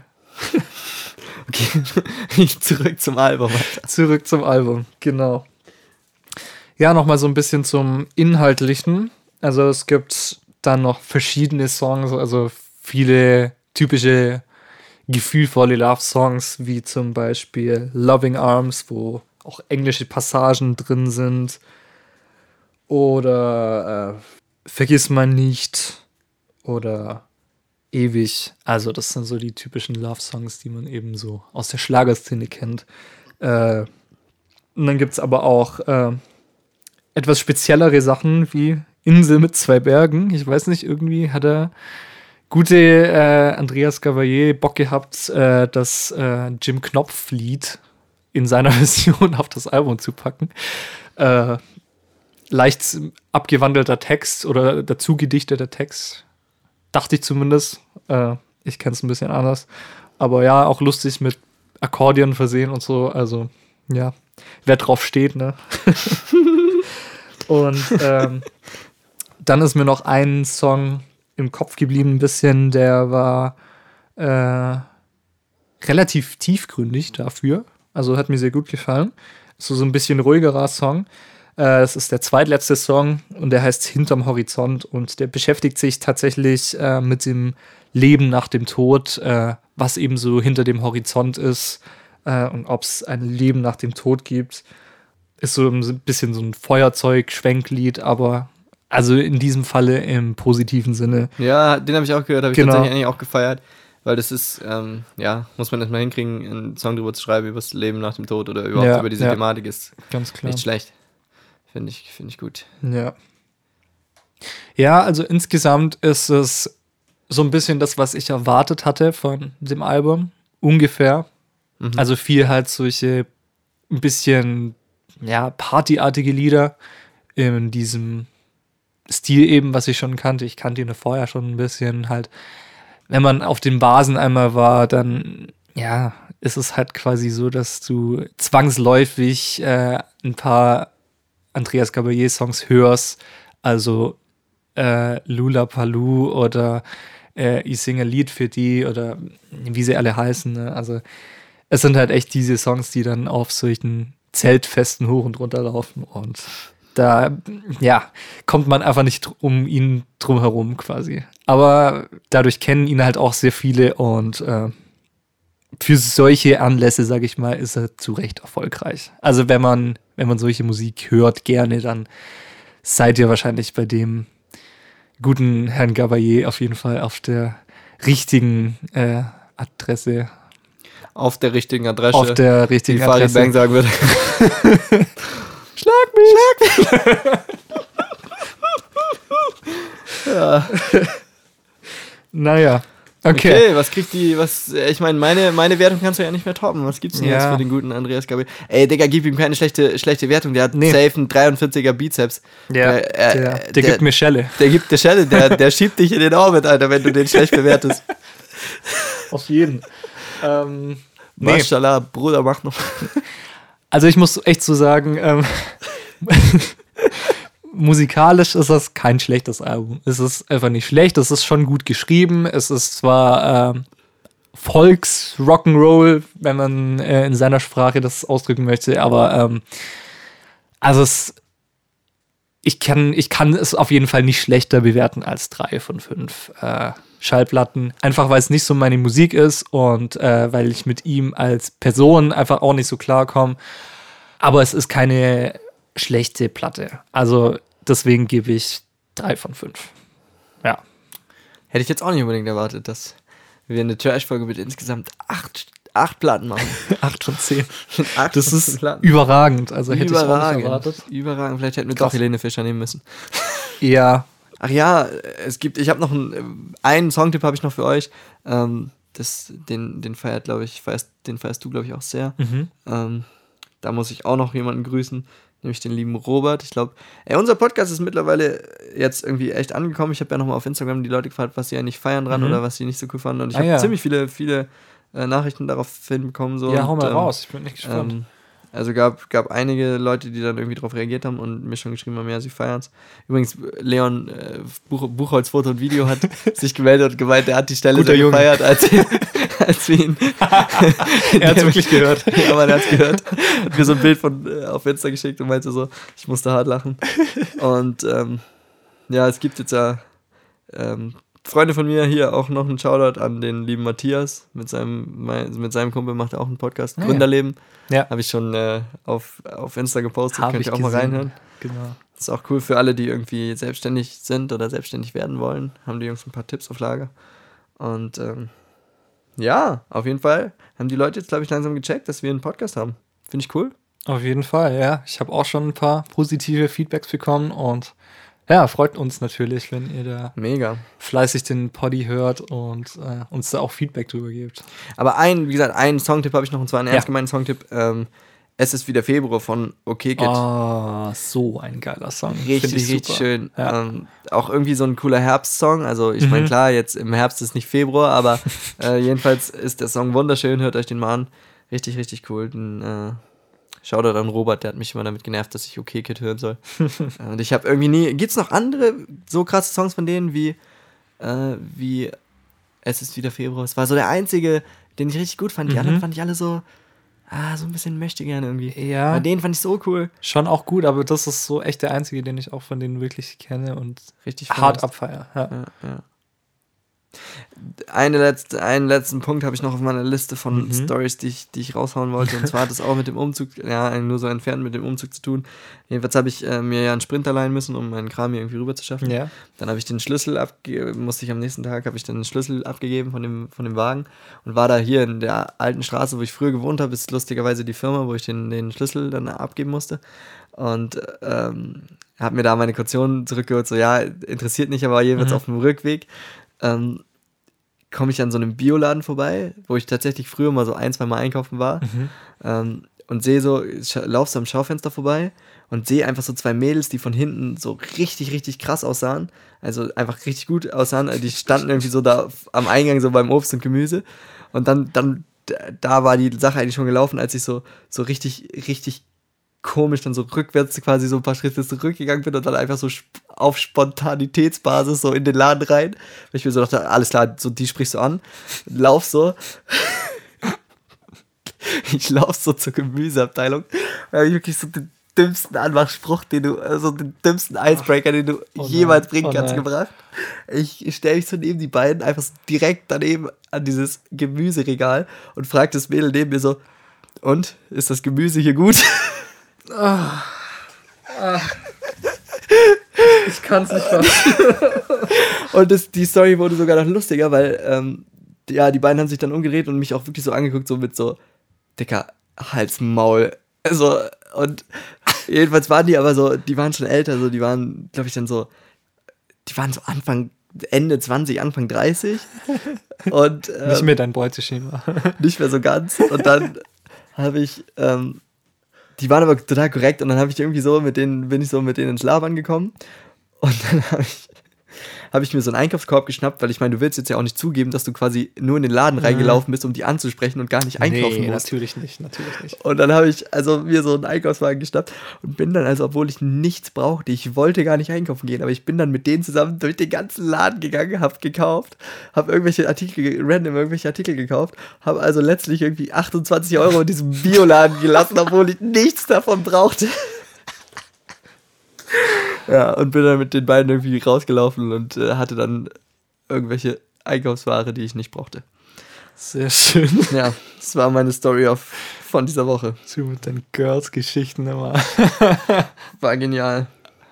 Okay, zurück zum Album. Alter. Zurück zum Album, genau. Ja, nochmal so ein bisschen zum Inhaltlichen. Also es gibt dann noch verschiedene Songs, also viele typische gefühlvolle Love-Songs, wie zum Beispiel Loving Arms, wo auch englische Passagen drin sind. Oder Vergiss mal nicht. Oder Ewig. Also das sind so die typischen Love-Songs, die man eben so aus der Schlagerszene kennt. Und dann gibt es aber auch etwas speziellere Sachen wie Insel mit 2 Bergen. Ich weiß nicht, irgendwie hat der gute Andreas Gavalier Bock gehabt, das Jim Knopf-Lied in seiner Version auf das Album zu packen. Leicht abgewandelter Text oder dazu gedichteter Text. Dachte ich zumindest. Ich kenne es ein bisschen anders. Aber ja, auch lustig mit Akkordeon versehen und so. Also, ja, wer drauf steht, ne? Und dann ist mir noch ein Song im Kopf geblieben, ein bisschen. Der war relativ tiefgründig dafür. Also hat mir sehr gut gefallen. So ein bisschen ruhigerer Song. Es ist der zweitletzte Song und der heißt Hinterm Horizont und der beschäftigt sich tatsächlich mit dem Leben nach dem Tod, was eben so hinter dem Horizont ist und ob es ein Leben nach dem Tod gibt. Ist so ein bisschen so ein Feuerzeug-Schwenklied, aber also in diesem Falle im positiven Sinne. Ja, den habe ich auch gehört, habe ich tatsächlich eigentlich auch gefeiert, weil das ist, muss man erstmal hinkriegen, einen Song drüber zu schreiben über das Leben nach dem Tod oder überhaupt über diese Thematik ist ganz klar. Nicht schlecht. Finde ich gut. Ja. Ja, also insgesamt ist es so ein bisschen das, was ich erwartet hatte von dem Album. Ungefähr. Mhm. Also viel halt solche ein bisschen, partyartige Lieder in diesem Stil eben, was ich schon kannte. Ich kannte ihn vorher schon ein bisschen halt. Wenn man auf den Basen einmal war, dann, ist es halt quasi so, dass du zwangsläufig ein paar Andreas Gabalier-Songs hörst, also Lula Palu oder Ich singe ein Lied für die oder wie sie alle heißen. Ne? Also es sind halt echt diese Songs, die dann auf solchen Zeltfesten hoch und runter laufen und Da, kommt man einfach nicht um ihn drum herum quasi. Aber dadurch kennen ihn halt auch sehr viele und für solche Anlässe, sage ich mal, ist er zu Recht erfolgreich. Also wenn man solche Musik hört, gerne, dann seid ihr wahrscheinlich bei dem guten Herrn Gabayé auf jeden Fall auf der richtigen Adresse. Auf der richtigen Adresse. Auf der richtigen wie Farid Adresse. Bang sagen würde. Schlag mich! Ja. Naja. Okay. Was kriegt die, ich meine, meine Wertung kannst du ja nicht mehr toppen. Was gibt's denn jetzt für den guten Andreas Gabayé? Ey, Digga, gib ihm keine schlechte Wertung. Der hat safe einen 43er Bizeps. Ja, der gibt mir Schelle. Der gibt dir Schelle, der schiebt dich in den Orbit, Alter, wenn du den schlecht bewertest. Auf jeden. Maschallah, Bruder, mach noch. Also ich muss echt so sagen, musikalisch ist das kein schlechtes Album. Es ist einfach nicht schlecht, es ist schon gut geschrieben. Es ist zwar Volks-Rock'n'Roll, wenn man in seiner Sprache das ausdrücken möchte, aber ich kann es auf jeden Fall nicht schlechter bewerten als 3 von 5 Schallplatten. Einfach weil es nicht so meine Musik ist und weil ich mit ihm als Person einfach auch nicht so klarkomme. Aber es ist keine schlechte Platte. Also deswegen gebe ich 3 von 5. Ja. Hätte ich jetzt auch nicht unbedingt erwartet, dass wir eine Trash-Folge mit insgesamt 8 Platten machen. 8 von 10. 8 das ist Platten. Überragend. Also hätte ich auch nicht erwartet. Überragend. Vielleicht hätten wir Krass. doch Helene Fischer nehmen müssen. Ja. Ach ja, ich habe noch einen Songtipp habe ich noch für euch. Den feierst du, glaube ich, auch sehr. Da muss ich auch noch jemanden grüßen, nämlich den lieben Robert. Ich glaube, unser Podcast ist mittlerweile jetzt irgendwie echt angekommen. Ich habe ja nochmal auf Instagram die Leute gefragt, was sie eigentlich feiern dran oder was sie nicht so cool fanden. Und ich habe ziemlich viele Nachrichten darauf hinbekommen. So. Ja, hau mal raus. Ich bin echt gespannt. Also gab einige Leute, die dann irgendwie darauf reagiert haben und mir schon geschrieben haben, ja, sie feiern es. Übrigens, Leon Buchholz Foto und Video hat sich gemeldet und gemeint, er hat die Stelle so gefeiert, als wir ihn... Er hat es wirklich gehört. Ja, aber er hat es gehört. Hat mir so ein Bild auf Insta geschickt und meinte so, ich musste hart lachen. Und es gibt jetzt ja Freunde von mir hier auch noch einen Shoutout an den lieben Matthias. Mit seinem Kumpel macht er auch einen Podcast, Gründerleben. Ja. Habe ich schon auf Insta gepostet, könnt ihr auch mal reinhören. Genau. Das ist auch cool für alle, die irgendwie selbstständig sind oder selbstständig werden wollen. Haben die Jungs ein paar Tipps auf Lager. Und auf jeden Fall haben die Leute jetzt, glaube ich, langsam gecheckt, dass wir einen Podcast haben. Finde ich cool. Auf jeden Fall, ja. Ich habe auch schon ein paar positive Feedbacks bekommen und ja, freut uns natürlich, wenn ihr da fleißig den Poddy hört und uns da auch Feedback drüber gebt. Aber einen Songtipp habe ich noch, und zwar einen ernst gemeinten Songtipp. Es ist wieder Februar von OK Kid. Oh, so ein geiler Song. Richtig schön. Ja. Auch irgendwie so ein cooler Herbstsong. Also ich meine, klar, jetzt im Herbst ist nicht Februar, aber jedenfalls ist der Song wunderschön. Hört euch den mal an. Richtig, richtig cool. Shoutout an Robert, der hat mich immer damit genervt, dass ich OK Kid hören soll. Und ich habe irgendwie nie... Gibt's noch andere so krasse Songs von denen wie Es ist wieder Februar? Es war so der einzige, den ich richtig gut fand. Die anderen fand ich alle so... so ein bisschen möchte gerne irgendwie. Ja. Aber den fand ich so cool. Schon auch gut, aber das ist so echt der einzige, den ich auch von denen wirklich kenne und richtig hart abfeier. Ja. Einen letzten Punkt habe ich noch auf meiner Liste von Stories, die ich raushauen wollte. Und zwar hat es auch mit dem Umzug, nur so entfernt mit dem Umzug zu tun. Jedenfalls habe ich mir ja einen Sprinter leihen müssen, um meinen Kram hier irgendwie rüber zu schaffen. Ja. Dann habe ich den Schlüssel am nächsten Tag den Schlüssel abgegeben von dem Wagen und war da hier in der alten Straße, wo ich früher gewohnt habe, ist lustigerweise die Firma, wo ich den Schlüssel dann abgeben musste. Und habe mir da meine Kaution zurückgeholt, so ja, interessiert nicht, aber jeweils auf dem Rückweg komme ich an so einem Bioladen vorbei, wo ich tatsächlich früher mal so 1-2 Mal einkaufen war und sehe so, laufst am Schaufenster vorbei und sehe einfach so 2 Mädels, die von hinten so richtig, richtig krass aussahen, also einfach richtig gut aussahen, die standen irgendwie so da am Eingang so beim Obst und Gemüse und dann da war die Sache eigentlich schon gelaufen, als ich so richtig, richtig komisch dann so rückwärts quasi so ein paar Schritte zurückgegangen bin und dann einfach so auf Spontanitätsbasis so in den Laden rein. Weil ich mir so dachte, alles klar, so die sprichst du an. Lauf so. Ich lauf so zur Gemüseabteilung. Weil ich wirklich so dümmsten Anmachspruch, den dümmsten Icebreaker, den du jemals bringen kannst, gebracht. Ich stelle mich so neben die beiden, einfach so direkt daneben an dieses Gemüseregal und frage das Mädel neben mir so, und, ist das Gemüse hier gut? Ich kann es nicht fassen. Und die Story wurde sogar noch lustiger, weil die beiden haben sich dann umgedreht und mich auch wirklich so angeguckt, so mit so, Dicker, Hals, Maul. Also, und jedenfalls waren die aber so, die waren schon älter, so, die waren, glaube ich, dann so, die waren so Ende 20, Anfang 30. Und, nicht mehr dein Beuteschema. Nicht mehr so ganz. Und dann habe ich, die waren aber total korrekt und dann habe ich irgendwie so bin ich so mit denen ins Labern gekommen und dann habe ich mir so einen Einkaufskorb geschnappt, weil ich meine, du willst jetzt ja auch nicht zugeben, dass du quasi nur in den Laden reingelaufen bist, um die anzusprechen und gar nicht einkaufen musst. Natürlich nicht. Und dann habe ich mir so einen Einkaufswagen geschnappt und bin dann, also obwohl ich nichts brauchte, ich wollte gar nicht einkaufen gehen, aber ich bin dann mit denen zusammen durch den ganzen Laden gegangen, habe gekauft, habe irgendwelche Artikel gekauft, habe also letztlich irgendwie 28 € in diesem Bioladen gelassen, obwohl ich nichts davon brauchte. Ja, und bin dann mit den beiden irgendwie rausgelaufen und hatte dann irgendwelche Einkaufsware, die ich nicht brauchte. Sehr schön. Ja, das war meine Story von dieser Woche. So mit deinen Girls-Geschichten immer. War genial.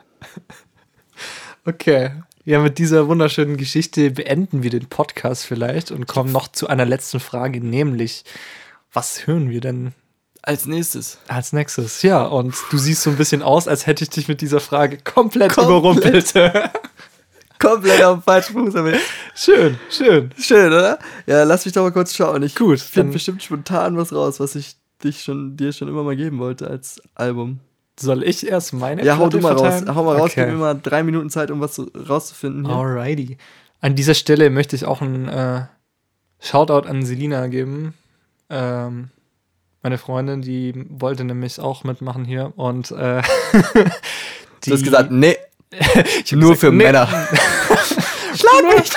Okay. Ja, mit dieser wunderschönen Geschichte beenden wir den Podcast vielleicht und kommen noch zu einer letzten Frage, nämlich, was hören wir denn als nächstes? Als nächstes, ja. Und du siehst so ein bisschen aus, als hätte ich dich mit dieser Frage komplett überrumpelt. Komplett auf dem falschen Fuß erwischt. Schön, oder? Ja, lass mich doch mal kurz schauen. Ich finde bestimmt spontan was raus, was ich dir schon immer mal geben wollte als Album. Soll ich erst meine Ja, hau du mal raus. Okay. Gib mir mal 3 Minuten Zeit, um was rauszufinden hier. Alrighty. An dieser Stelle möchte ich auch einen Shoutout an Selina geben. Meine Freundin, die wollte nämlich auch mitmachen hier und du hast gesagt, nee, ich nur gesagt, für nee. Männer. Schlag mich!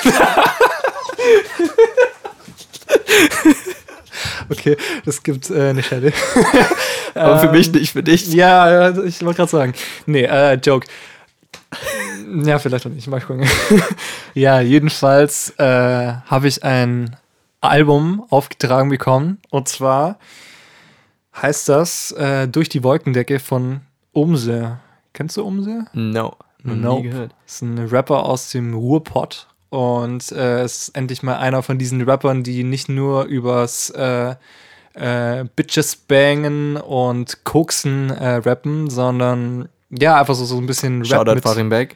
Okay, das gibt eine Schelle. Aber für mich nicht, für dich. Ja, ich wollte gerade sagen. Nee, Joke. Ja, vielleicht auch nicht, mal gucken. Ja, jedenfalls habe ich ein Album aufgetragen bekommen und zwar heißt das Durch die Wolkendecke von Omse. Kennst du Omse? No. Nie gehört. Das ist ein Rapper aus dem Ruhrpott und ist endlich mal einer von diesen Rappern, die nicht nur übers Bitches bangen und koksen rappen, sondern ja, einfach so ein bisschen Rap Shoutout mit... Farin Beck.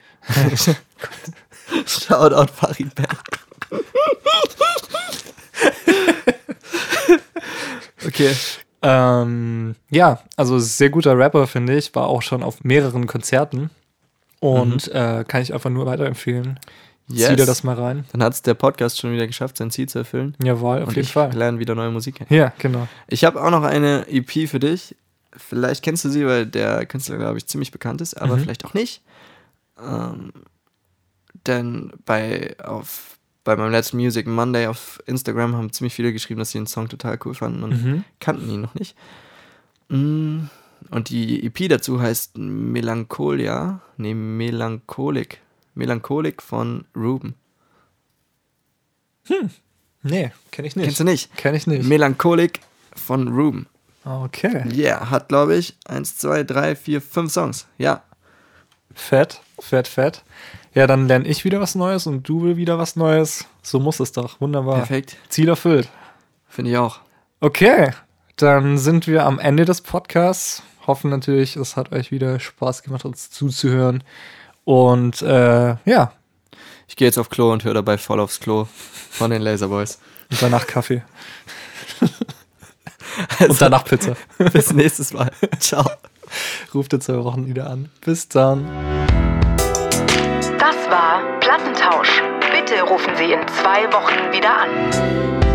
Shoutout Farin Beck. Okay. Ja, also sehr guter Rapper, finde ich. War auch schon auf mehreren Konzerten. Und kann ich einfach nur weiterempfehlen. Yes. Zieh dir das mal rein. Dann hat es der Podcast schon wieder geschafft, sein Ziel zu erfüllen. Jawohl, auf jeden Fall. Wir lernen wieder neue Musik kennen. Ja, genau. Ich habe auch noch eine EP für dich. Vielleicht kennst du sie, weil der Künstler, glaube ich, ziemlich bekannt ist, aber vielleicht auch nicht. Denn bei meinem letzten Music Monday auf Instagram haben ziemlich viele geschrieben, dass sie den Song total cool fanden und kannten ihn noch nicht. Und die EP dazu heißt Melancholik von Ruben. Nee, kenn ich nicht. Kennst du nicht? Kenn ich nicht. Melancholik von Ruben. Okay. Ja, yeah, hat, glaube ich, 1, 2, 3, 4, 5 Songs. Ja. Fett. Ja, dann lerne ich wieder was Neues und du will wieder was Neues. So muss es doch. Wunderbar. Perfekt. Ziel erfüllt. Finde ich auch. Okay, dann sind wir am Ende des Podcasts. Hoffen natürlich, es hat euch wieder Spaß gemacht, uns zuzuhören. Und ja. Ich gehe jetzt auf Klo und höre dabei voll aufs Klo von den Laserboys. Und danach Kaffee. Also, und danach Pizza. Bis nächstes Mal. Ciao. Ruft in 2 Wochen wieder an. Bis dann. Das war Plattentausch. Bitte rufen Sie in 2 Wochen wieder an.